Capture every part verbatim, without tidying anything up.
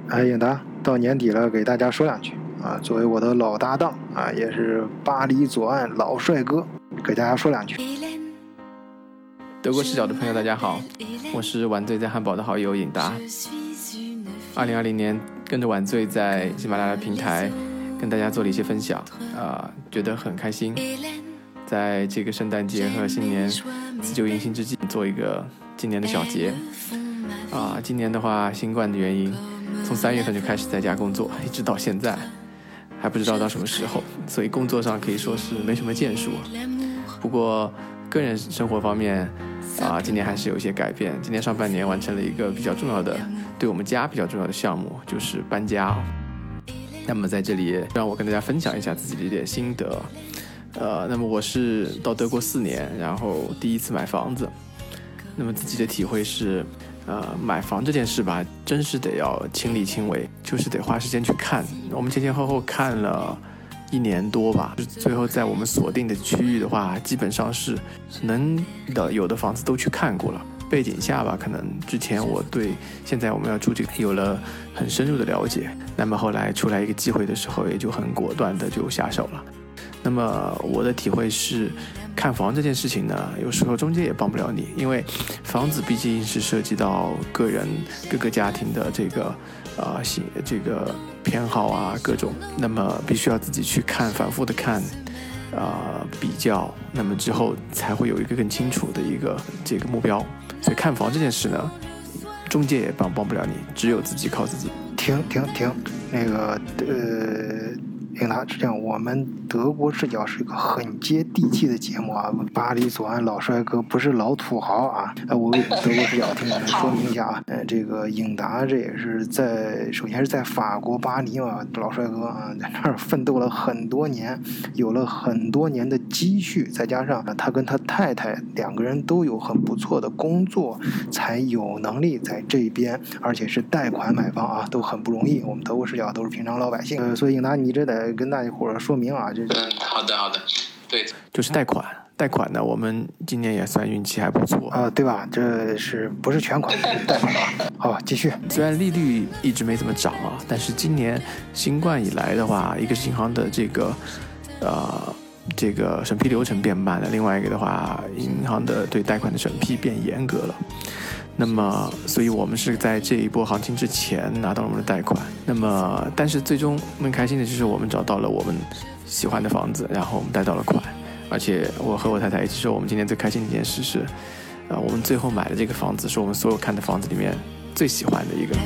哎，应达，到年底了，给大家说两句啊。作为我的老搭档啊，也是巴黎左岸老帅哥，给大家说两句。 德国视角的朋友，大家好，我是晚醉在汉堡的好友尹达。二零二零年，跟着晚醉在喜马拉雅平台跟大家做了一些分享，啊、呃，觉得很开心。在这个圣诞节和新年辞旧迎新之际，做一个今年的小结。啊、呃，今年的话，新冠的原因，从三月份就开始在家工作，一直到现在，还不知道到什么时候，所以工作上可以说是没什么建树。不过个人生活方面，啊、呃，今年还是有一些改变。今年上半年完成了一个比较重要的，对我们家比较重要的项目，就是搬家。那么在这里，让我跟大家分享一下自己的一点心得。呃，那么我是到德国四年，然后第一次买房子。那么自己的体会是，呃，买房这件事吧，真是得要亲力亲为，就是得花时间去看。我们前前后后看了一年多吧，最后在我们锁定的区域的话，基本上是能的有的房子都去看过了。背景下吧，可能之前我对现在我们要住这个有了很深入的了解，那么后来出来一个机会的时候，也就很果断的就下手了。那么我的体会是，看房这件事情呢，有时候中介也帮不了你，因为房子毕竟是涉及到个人各个家庭的这个呃这个偏好啊各种，那么必须要自己去看，反复的看，呃比较，那么之后才会有一个更清楚的一个这个目标。所以看房这件事呢，中介也帮帮不了你，只有自己靠自己。 停停停，那个呃。应达是这样，我们德国视角是一个很接地气的节目啊，巴黎左岸老帅哥不是老土豪啊。呃，我为德国视角听友们说明一下啊，呃，这个应达这也是在首先是在法国巴黎嘛，老帅哥啊，在那儿奋斗了很多年，有了很多年的积蓄，再加上他跟他太太两个人都有很不错的工作，才有能力在这边，而且是贷款买房啊，都很不容易。我们德国视角都是平常老百姓，呃，所以应达你这得跟大家伙儿说明啊，这嗯，好的好的，对， 就是贷款，贷款呢，我们今年也算运气还不错啊、呃，对吧？这是不是全款贷款啊？好，继续。 虽然利率一直没怎么涨啊，但是今年新冠以来的话，一个是银行的这个呃这个审批流程变慢了，另外一个的话，银行的对贷款的审批变严格了。那么，所以我们是在这一波行情之前拿到了我们的贷款。那么，但是最终蛮开心的就是我们找到了我们喜欢的房子，然后我们贷到了款。而且我和我太太一起说，我们今年最开心的一件事是，呃，我们最后买的这个房子是我们所有看的房子里面最喜欢的一个。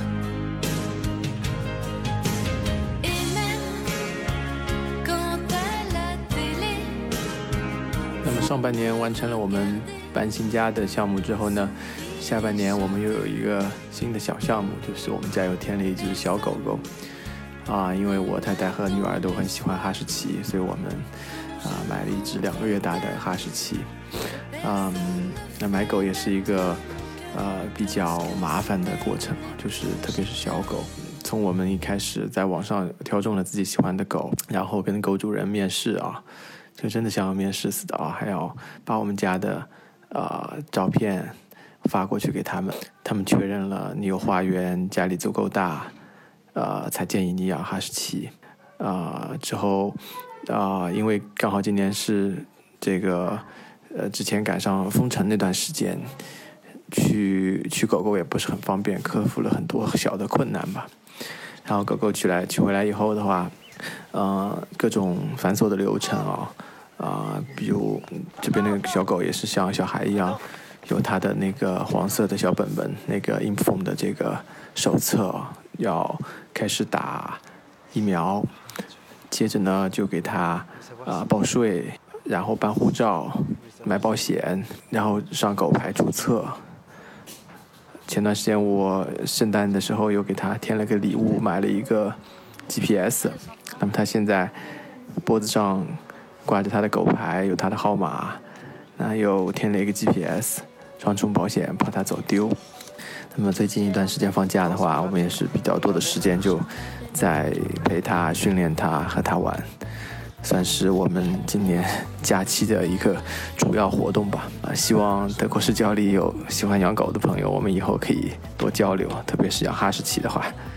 那么上半年完成了我们搬新家的项目之后呢，下半年我们又有一个新的小项目，就是我们家又添了一只小狗狗啊，因为我太太和女儿都很喜欢哈士奇，所以我们啊买了一只两个月大的哈士奇。嗯，那买狗也是一个呃比较麻烦的过程，就是特别是小狗，从我们一开始在网上挑中了自己喜欢的狗，然后跟狗主人面试啊，就真的像要面试似的啊，还要把我们家的呃照片发过去给他们，他们确认了你有花园，家里足够大，呃，才建议你养哈士奇。呃，之后，呃，因为刚好今年是这个，呃，之前赶上封城那段时间，去取狗狗也不是很方便，克服了很多小的困难吧。然后狗狗取来取回来以后的话，呃，各种繁琐的流程啊，啊、呃，比如这边那个小狗也是像小孩一样。有它的那个黄色的小本本，那个 Inform 的这个手册，要开始打疫苗，接着呢就给它啊、呃、报税，然后办护照、买保险，然后上狗牌注册。前段时间我圣诞的时候又给它添了个礼物，买了一个 G P S， 那么它现在脖子上挂着它的狗牌，有它的号码，那又添了一个 G P S。双重保险，怕它走丢。那么最近一段时间放假的话，我们也是比较多的时间就在陪它、训练它、和它玩，算是我们今年假期的一个主要活动吧。啊，希望德国视角里有喜欢养狗的朋友，我们以后可以多交流，特别是养哈士奇的话。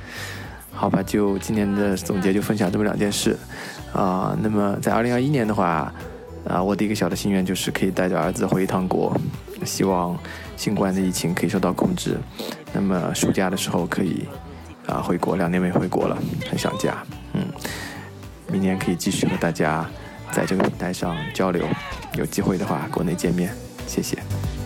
好吧，就今年的总结就分享这么两件事啊、呃。那么在二零二一年的话，啊、呃，我的一个小的心愿就是可以带着儿子回一趟国，希望新冠的疫情可以受到控制。那么暑假的时候可以啊、呃、回国，两年没回国了，很想家。嗯，明年可以继续和大家在这个平台上交流，有机会的话国内见面，谢谢。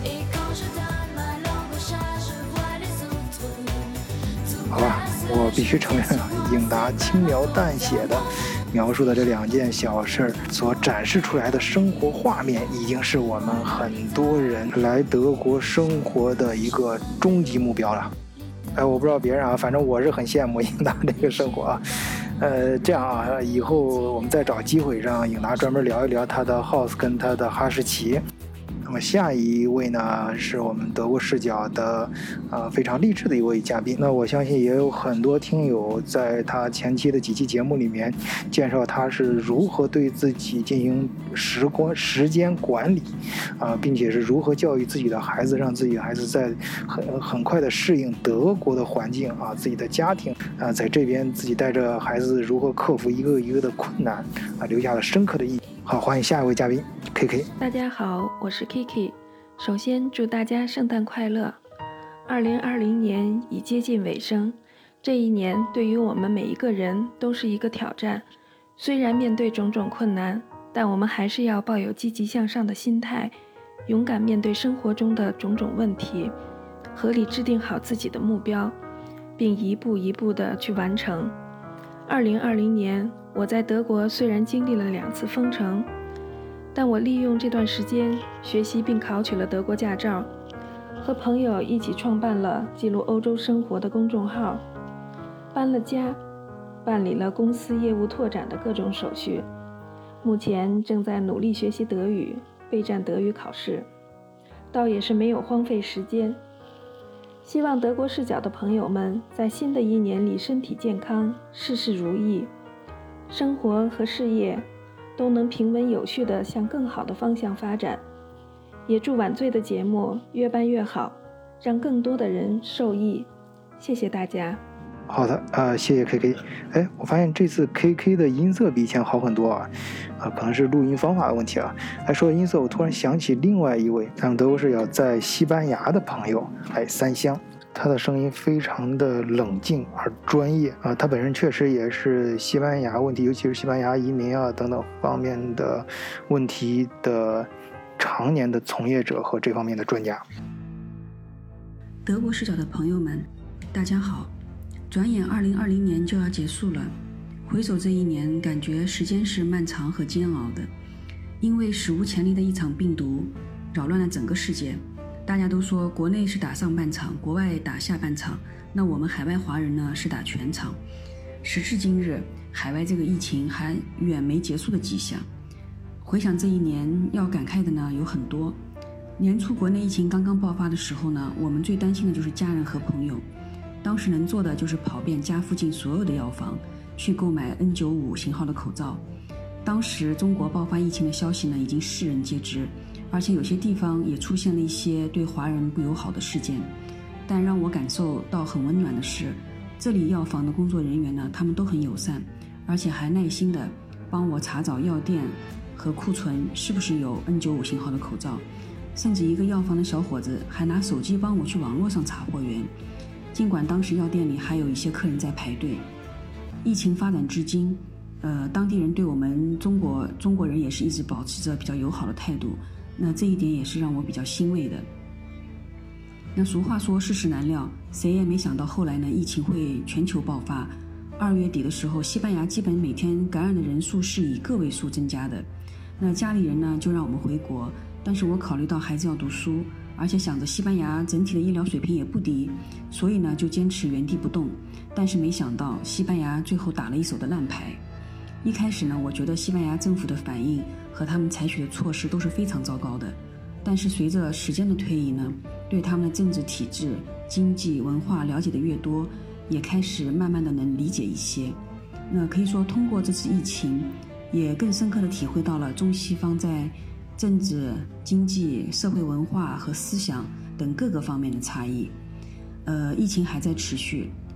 好吧，我必须承认啊，应答轻描淡写的描述的这两件小事儿所展示出来的生活画面，已经是我们很多人来德国生活的一个终极目标了。哎，我不知道别人啊，反正我是很羡慕应答这个生活啊。呃，这样啊，以后我们再找机会让应答专门聊一聊他的 house 跟他的哈士奇。那么下一位呢，是我们德国视角的呃非常励志的一位嘉宾。那我相信也有很多听友在他前期的几期节目里面介绍他是如何对自己进行时光时间管理啊、呃，并且是如何教育自己的孩子，让自己的孩子在很很快的适应德国的环境啊，自己的家庭啊，在这边自己带着孩子如何克服一个一个的困难啊，留下了深刻的意义。好，欢迎下一位嘉宾 K K。 大家好，我是 K K。 首先祝大家圣诞快乐。二零二零年已接近尾声，这一年对于我们每一个人都是一个挑战。虽然面对种种困难，但我们还是要抱有积极向上的心态，勇敢面对生活中的种种问题，合理制定好自己的目标，并一步一步地去完成。二零二零年我在德国虽然经历了两次封城，但我利用这段时间学习并考取了德国驾照，和朋友一起创办了记录欧洲生活的公众号，搬了家，办理了公司业务拓展的各种手续，目前正在努力学习德语，备战德语考试，倒也是没有荒废时间。希望德国视角的朋友们在新的一年里身体健康，事事如意，生活和事业都能平稳有序地向更好的方向发展。也祝晚醉的节目越办越好，让更多的人受益。谢谢大家。 好的啊、呃，谢谢 K K。 哎，我发现这次 K K 的音色比以前好很多啊，啊，可能是录音方法的问题啊。哎，说音色，我突然想起另外一位咱们德国视角在西班牙的朋友，哎，三香，他的声音非常的冷静而专业啊。他本身确实也是西班牙问题，尤其是西班牙移民啊等等方面的问题的常年的从业者和这方面的专家。 德国视角的朋友们，大家好。转眼二零二零年就要结束了，回首这一年，感觉时间是漫长和煎熬的，因为史无前例的一场病毒扰乱了整个世界。大家都说国内是打上半场，国外打下半场，那我们海外华人呢是打全场。时至今日，海外这个疫情还远没结束的迹象。回想这一年，要感慨的呢有很多。年初国内疫情刚刚爆发的时候呢，我们最担心的就是家人和朋友。当时能做的就是跑遍家附近所有的药房，去购买 N 九十五 型号的口罩。当时中国爆发疫情的消息呢，已经世人皆知，而且有些地方也出现了一些对华人不友好的事件。但让我感受到很温暖的是，这里药房的工作人员呢，他们都很友善，而且还耐心的帮我查找药店和库存是不是有 N 九十五 型号的口罩。甚至一个药房的小伙子还拿手机帮我去网络上查货源。尽管当时药店里还有一些客人在排队，疫情发展至今，呃，当地人对我们中国中国人也是一直保持着比较友好的态度，那这一点也是让我比较欣慰的。那俗话说世事难料，谁也没想到后来呢，疫情会全球爆发。二月底的时候，西班牙基本每天感染的人数是以个位数增加的。那家里人呢就让我们回国，但是我考虑到孩子要读书，而且想着西班牙整体的医疗水平也不低，所以呢就坚持原地不动。但是没想到西班牙最后打了一手的烂牌。一开始呢，我觉得西班牙政府的反应和他们采取的措施都是非常糟糕的。但是随着时间的推移呢，对他们的政治体制、经济、文化了解的越多，也开始慢慢的能理解一些。那可以说通过这次疫情，也更深刻的体会到了中西方在政治、经济、社会文化和思想等各个方面的差异。呃，疫情还在持续，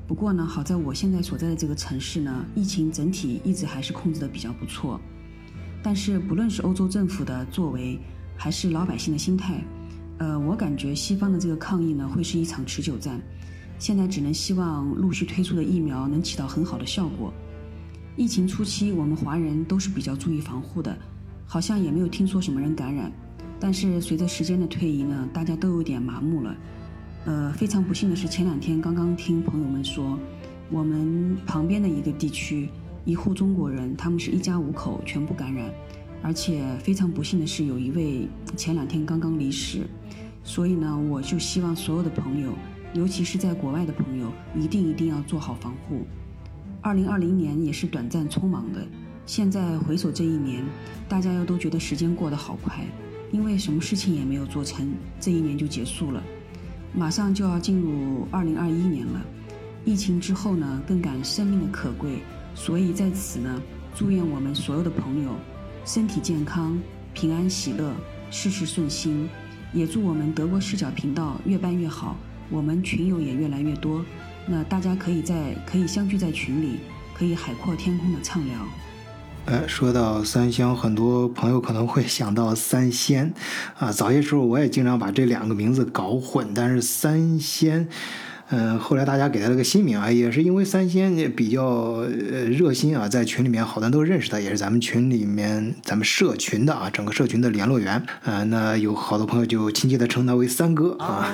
不过呢，好在我现在所在的这个城市呢，疫情整体一直还是控制的比较不错。但是不论是欧洲政府的作为，还是老百姓的心态，呃，我感觉西方的这个抗疫呢，会是一场持久战。现在只能希望陆续推出的疫苗能起到很好的效果。疫情初期，我们华人都是比较注意防护的，好像也没有听说什么人感染。但是随着时间的推移呢，大家都有点麻木了。呃，非常不幸的是，前两天刚刚听朋友们说，我们旁边的一个地区，一户中国人，他们是一家五口全部感染，而且非常不幸的是，有一位前两天刚刚离世。所以呢，我就希望所有的朋友，尤其是在国外的朋友，一定一定要做好防护。二零二零年也是短暂匆忙的，现在回首这一年，大家又都觉得时间过得好快，因为什么事情也没有做成，这一年就结束了。马上就要进入二零二一年了，疫情之后呢，更感生命的可贵，所以在此呢，祝愿我们所有的朋友身体健康、平安喜乐、事事顺心，也祝我们德国视角频道越办越好，我们群友也越来越多。那大家可以在可以相聚在群里，可以海阔天空的畅聊。 哎，说到三湘，很多朋友可能会想到三仙啊。早些时候我也经常把这两个名字搞混，但是三仙，嗯、呃，后来大家给他了个新名啊，也是因为三仙也比较呃热心啊，在群里面好多人都认识他，也是咱们群里面咱们社群的啊，整个社群的联络员啊、呃。那有好多朋友就亲切的称他为三哥啊。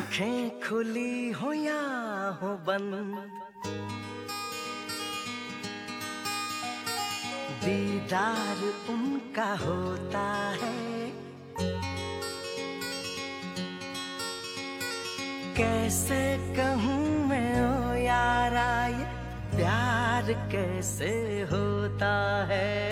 दीदार उनका होता है कैसे कहूँ मैं ओ यारा ये प्यार कैसे होता है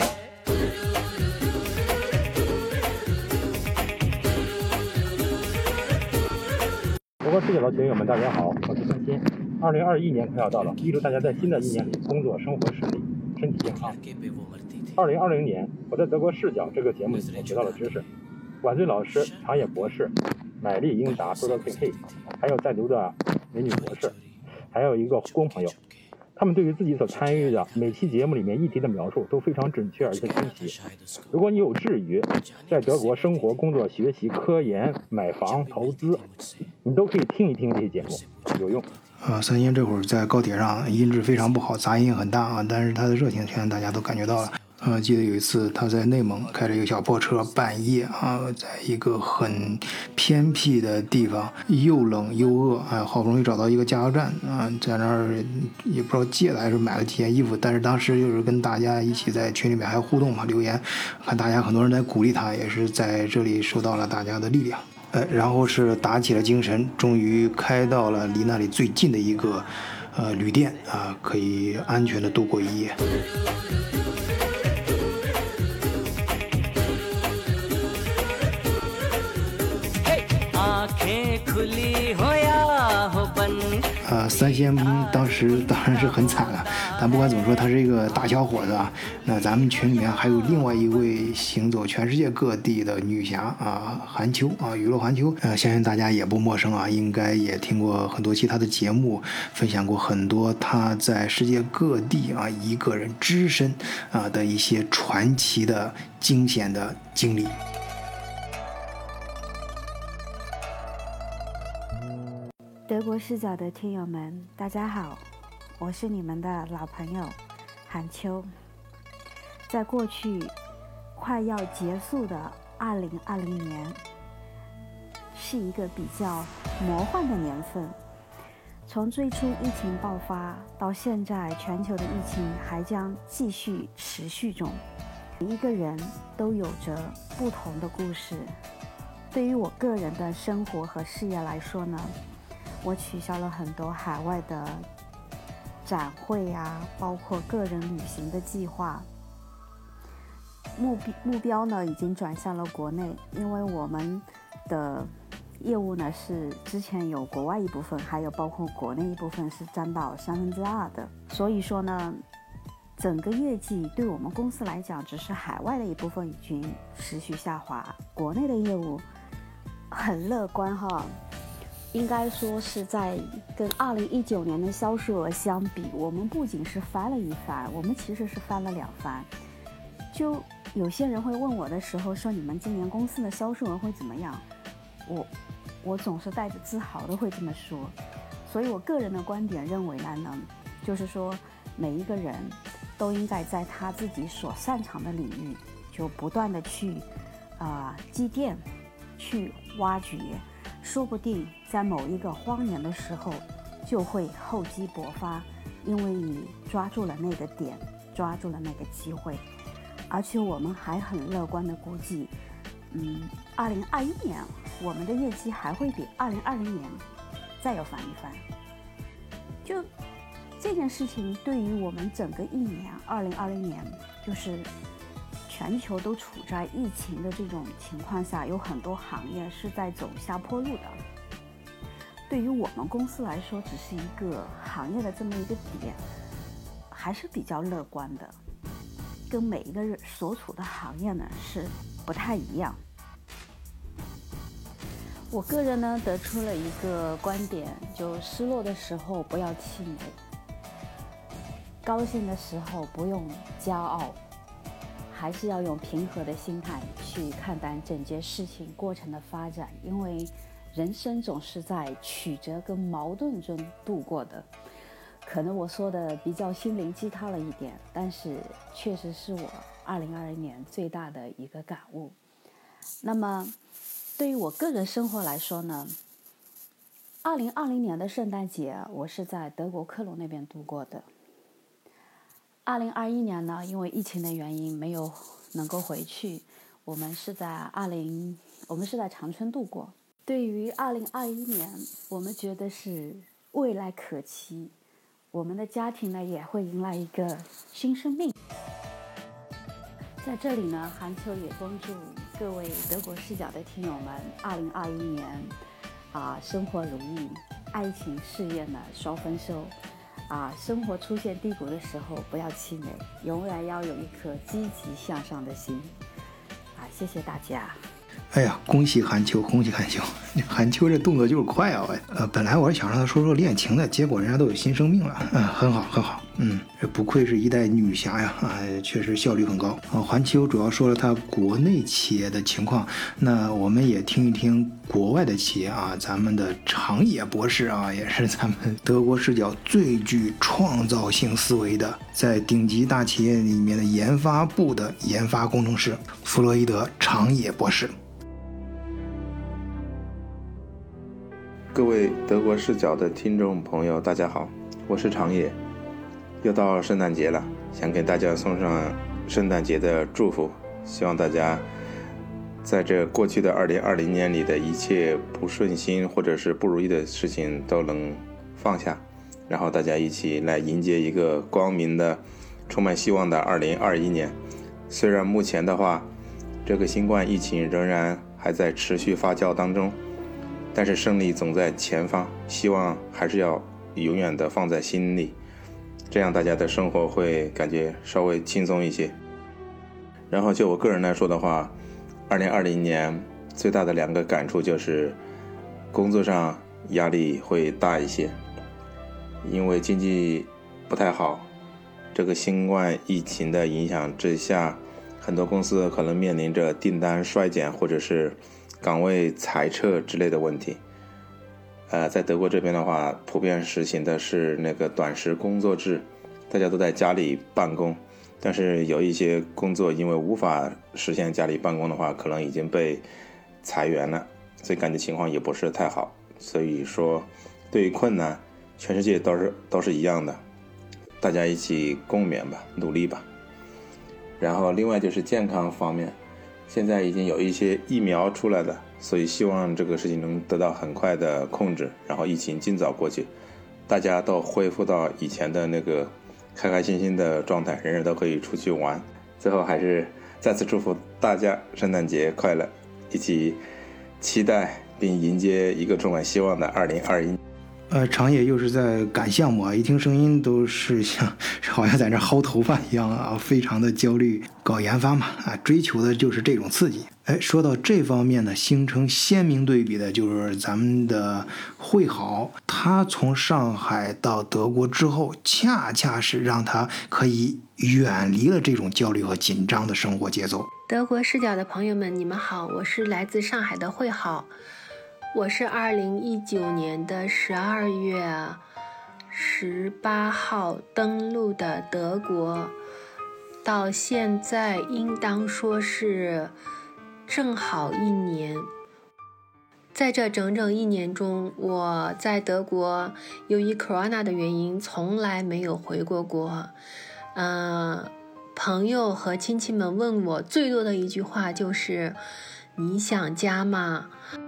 德国视角的群友们，大家好，我是三仙。二零二一年快要到了，预祝大家在新的一年里工作生活顺利，身体健康。二零二零年，我在德国视角这个节目里面学到了知识，晚醉老师、长野博士、买力英达、多德 C K， 还有在读的美女博士，还有一个工朋友，他们对于自己所参与的每期节目里面议题的描述都非常准确而且清晰。如果你有志于在德国生活、工作、学习、科研、买房、投资，你都可以听一听这些节目，有用。 呃，三星这会儿在高铁上音质非常不好，杂音也很大啊，但是他的热情现在大家都感觉到了。呃，记得有一次他在内蒙开着一个小破车，半夜啊，在一个很偏僻的地方，又冷又饿，啊，好不容易找到一个加油站啊，在那儿也不知道借的还是买了几件衣服，但是当时就是跟大家一起在群里面还互动嘛，留言，看大家很多人在鼓励他，也是在这里受到了大家的力量。呃，然后是打起了精神，终于开到了离那里最近的一个呃旅店啊，可以安全的度过一夜。呃，三仙当时当然是很惨了，但不管怎么说，他是一个大小伙子啊。那咱们群里面还有另外一位行走全世界各地的女侠啊，韩秋啊，娱乐韩秋，呃，相信大家也不陌生啊，应该也听过很多期她的节目，分享过很多她在世界各地啊一个人只身啊的一些传奇的惊险的经历。 德国视角的听友们，大家好，我是你们的老朋友韩秋。在过去快要结束的二零二零年，是一个比较魔幻的年份。从最初疫情爆发到现在，全球的疫情还将继续持续中。每一个人都有着不同的故事。对于我个人的生活和事业来说呢，我取消了很多海外的展会啊，包括个人旅行的计划。目标目标呢，已经转向了国内，因为我们的业务呢是之前有国外一部分，还有包括国内一部分是占到三分之二的。所以说呢，整个业绩对我们公司来讲，只是海外的一部分已经持续下滑，国内的业务很乐观哈。 应该说是在跟二零一九年的销售额相比，我们不仅是翻了一番，我们其实是翻了两番。就有些人会问我的时候说，你们今年公司的销售额会怎么样？我我总是带着自豪的会这么说。所以我个人的观点认为呢，就是说每一个人都应该在他自己所擅长的领域，就不断的去啊、呃、积淀，去挖掘。说不定在某一个荒年的时候就会厚积薄发，因为你抓住了那个点，抓住了那个机会。而且我们还很乐观的估计，嗯，二零二一年我们的业绩还会比二零二零年再有翻一番。就这件事情对于我们整个一年二零二零年，就是全球都处在疫情的这种情况下，有很多行业是在走下坡路的。对于我们公司来说，只是一个行业的这么一个点，还是比较乐观的，跟每一个人所处的行业呢是不太一样。我个人呢得出了一个观点，就失落的时候不要气馁，高兴的时候不用骄傲，还是要用平和的心态去看待整件事情过程的发展，因为人生总是在曲折跟矛盾中度过的。可能我说的比较心灵鸡汤了一点，但是确实是我二零二零年最大的一个感悟。那么对于我个人生活来说呢，二零二零年的圣诞节我是在德国科隆那边度过的。二零二一年呢，因为疫情的原因没有能够回去，我们是在二零，我们是在长春度过。对于二零二一年，我们觉得是未来可期，我们的家庭呢也会迎来一个新生命。在这里呢，韩秋也恭祝各位德国视角的听友们，二零二一年啊，生活如意，爱情事业呢双丰收。啊，生活出现低谷的时候不要气馁，永远要有一颗积极向上的心。啊，谢谢大家。 哎呀，恭喜韩秋，恭喜韩秋！韩秋这动作就是快啊！呃，本来我是想让他说说恋情的，结果人家都有新生命了，嗯，很好，很好，嗯，这不愧是一代女侠呀，啊，确实效率很高。啊，韩秋主要说了他国内企业的情况，那我们也听一听国外的企业啊，咱们的长野博士啊，也是咱们德国视角最具创造性思维的，在顶级大企业里面的研发部的研发工程师弗洛伊德长野博士。 各位德国视角的听众朋友，大家好，我是长野。又到圣诞节了，想给大家送上圣诞节的祝福，希望大家在这过去的二零二零年里的一切不顺心或者是不如意的事情都能放下，然后大家一起来迎接一个光明的、充满希望的二零二一年。虽然目前的话，这个新冠疫情仍然还在持续发酵当中，但是胜利总在前方，希望还是要永远的放在心里，这样大家的生活会感觉稍微轻松一些。然后就我个人来说的话，二零二零年最大的两个感触就是工作上压力会大一些，因为经济不太好，这个新冠疫情的影响之下，很多公司可能面临着订单衰减或者是岗位裁撤之类的问题。呃，在德国这边的话，普遍实行的是那个短时工作制，大家都在家里办公，但是有一些工作因为无法实现家里办公的话，可能已经被裁员了，所以感觉情况也不是太好。所以说，对于困难，全世界都是都是一样的，大家一起共勉吧，努力吧。然后另外就是健康方面，现在已经有一些疫苗出来了，所以希望这个事情能得到很快的控制，然后疫情尽早过去，大家都恢复到以前的那个开开心心的状态，人人都可以出去玩。最后还是再次祝福大家圣诞节快乐，一起期待并迎接一个充满希望的二零二一。 呃，长野又是在赶项目啊，一听声音都是像好像在那薅头发一样啊，非常的焦虑。搞研发嘛，啊，追求的就是这种刺激。哎，说到这方面呢，形成鲜明对比的就是咱们的惠好，他从上海到德国之后，恰恰是让他可以远离了这种焦虑和紧张的生活节奏。 德国视角的朋友们，你们好，我是来自上海的惠好。我是二零一九年的十二月十八号登陆的德国，到现在应当说是正好一年。在这整整一年中，我在德国由于 corona 的原因从来没有回过国。呃，朋友和亲戚们问我最多的一句话就是你想家吗？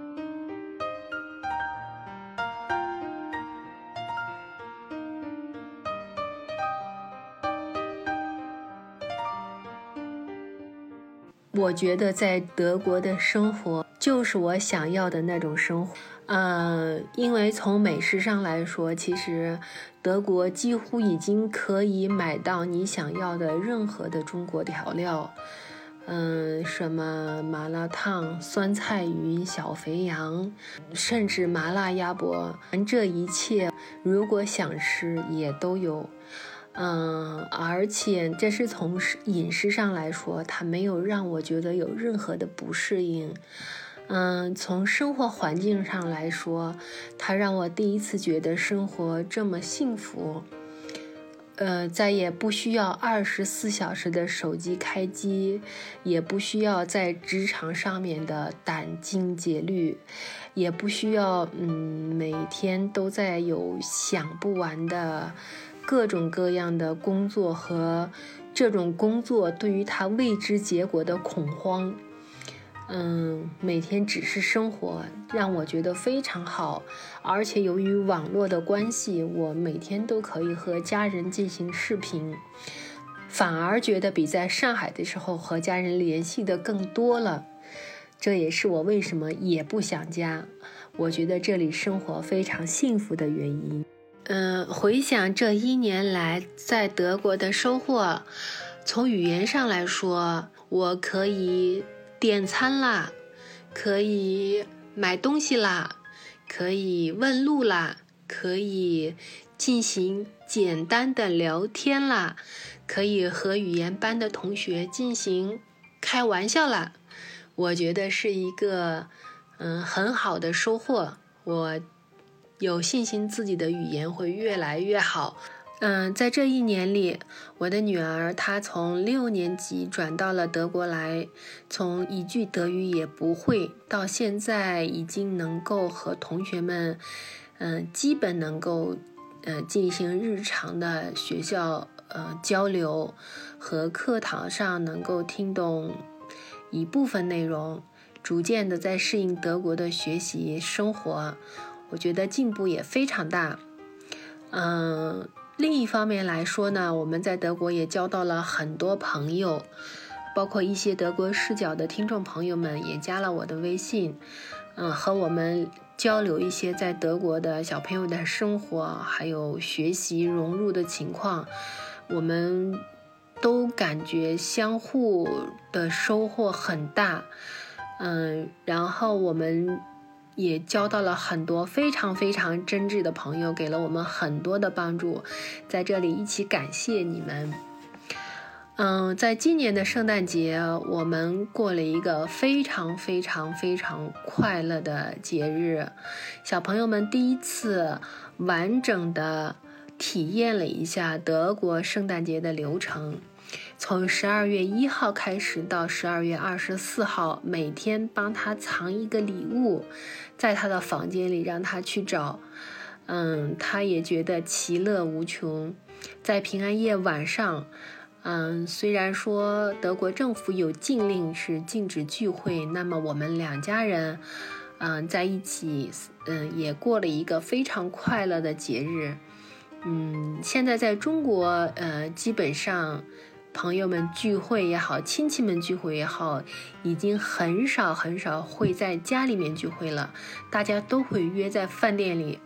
我觉得在德国的生活就是我想要的那种生活。呃，因为从美食上来说，其实德国几乎已经可以买到你想要的任何的中国调料。嗯、呃，什么麻辣烫、酸菜鱼、小肥羊，甚至麻辣鸭脖，这一切如果想吃也都有。嗯，而且这是从饮食上来说，它没有让我觉得有任何的不适应。嗯，从生活环境上来说，它让我第一次觉得生活这么幸福。呃，再也不需要二十四小时的手机开机，也不需要在职场上面的殚精竭虑，也不需要嗯每天都在有想不完的各种各样的工作和这种工作对于他未知结果的恐慌。嗯，每天只是生活，让我觉得非常好。而且由于网络的关系，我每天都可以和家人进行视频，反而觉得比在上海的时候和家人联系的更多了。这也是我为什么也不想家，我觉得这里生活非常幸福的原因。嗯、呃，回想这一年来在德国的收获，从语言上来说，我可以点餐啦，可以买东西啦，可以问路啦，可以进行简单的聊天啦，可以和语言班的同学进行开玩笑啦。我觉得是一个嗯很好的收获，我有信心自己的语言会越来越好。嗯，在这一年里，我的女儿她从六年级转到了德国来，从一句德语也不会，到现在已经能够和同学们，嗯，基本能够，呃，进行日常的学校呃交流，和课堂上能够听懂一部分内容，逐渐的在适应德国的学习生活，我觉得进步也非常大。嗯。另一方面来说呢，我们在德国也交到了很多朋友，包括一些德国视角的听众朋友们也加了我的微信，嗯，和我们交流一些在德国的小朋友的生活，还有学习融入的情况，我们都感觉相互的收获很大。嗯，然后我们也交到了很多非常非常真挚的朋友，给了我们很多的帮助，在这里一起感谢你们。嗯，在今年的圣诞节，我们过了一个非常非常非常快乐的节日，小朋友们第一次完整的体验了一下德国圣诞节的流程。从十二月一号开始到十二月二十四号，每天帮他藏一个礼物，在他的房间里让他去找。嗯，他也觉得其乐无穷。在平安夜晚上，嗯，虽然说德国政府有禁令是禁止聚会，那么我们两家人，嗯，在一起，嗯，也过了一个非常快乐的节日。嗯，现在在中国，呃，基本上朋友们聚会也好，亲戚们聚会也好，已经很少很少会在家里面聚会了，大家都会约在饭店里。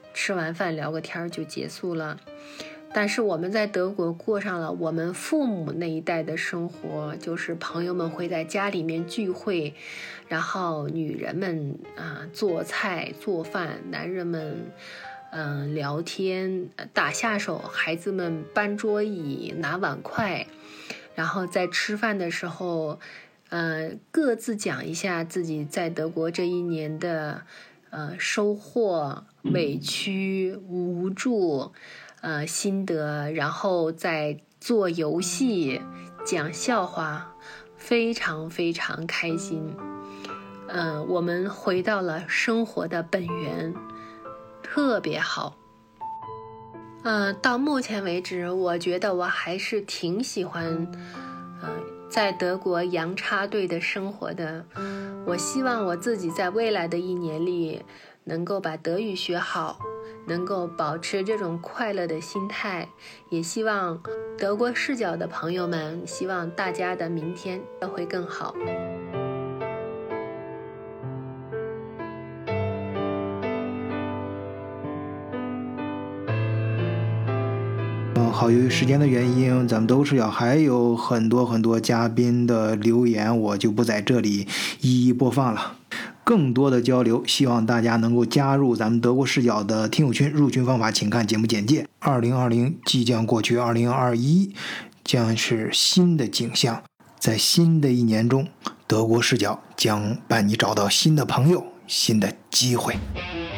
吃完饭聊个天就结束了。但是我们在德国过上了我们父母那一代的生活，就是朋友们会在家里面聚会，然后女人们啊做菜做饭，男人们嗯、呃、聊天打下手，孩子们搬桌椅拿碗筷，然后在吃饭的时候呃各自讲一下自己在德国这一年的呃收获、委屈、无助呃，心得，然后再做游戏、讲笑话，非常非常开心。呃，我们回到了生活的本源，特别好。呃，到目前为止，我觉得我还是挺喜欢，呃，在德国洋插队的生活的。我希望我自己在未来的一年里，能够把德语学好，能够保持这种快乐的心态，也希望德国视角的朋友们，希望大家的明天都会更好。 嗯，好，由于时间的原因，咱们都是要还有很多很多嘉宾的留言，我就不在这里一一播放了。更多的交流，希望大家能够加入咱们德国视角的听友群。入群方法请看节目简介。二零二零即将过去，二零二一将是新的景象。在新的一年中，德国视角将伴你找到新的朋友、新的机会。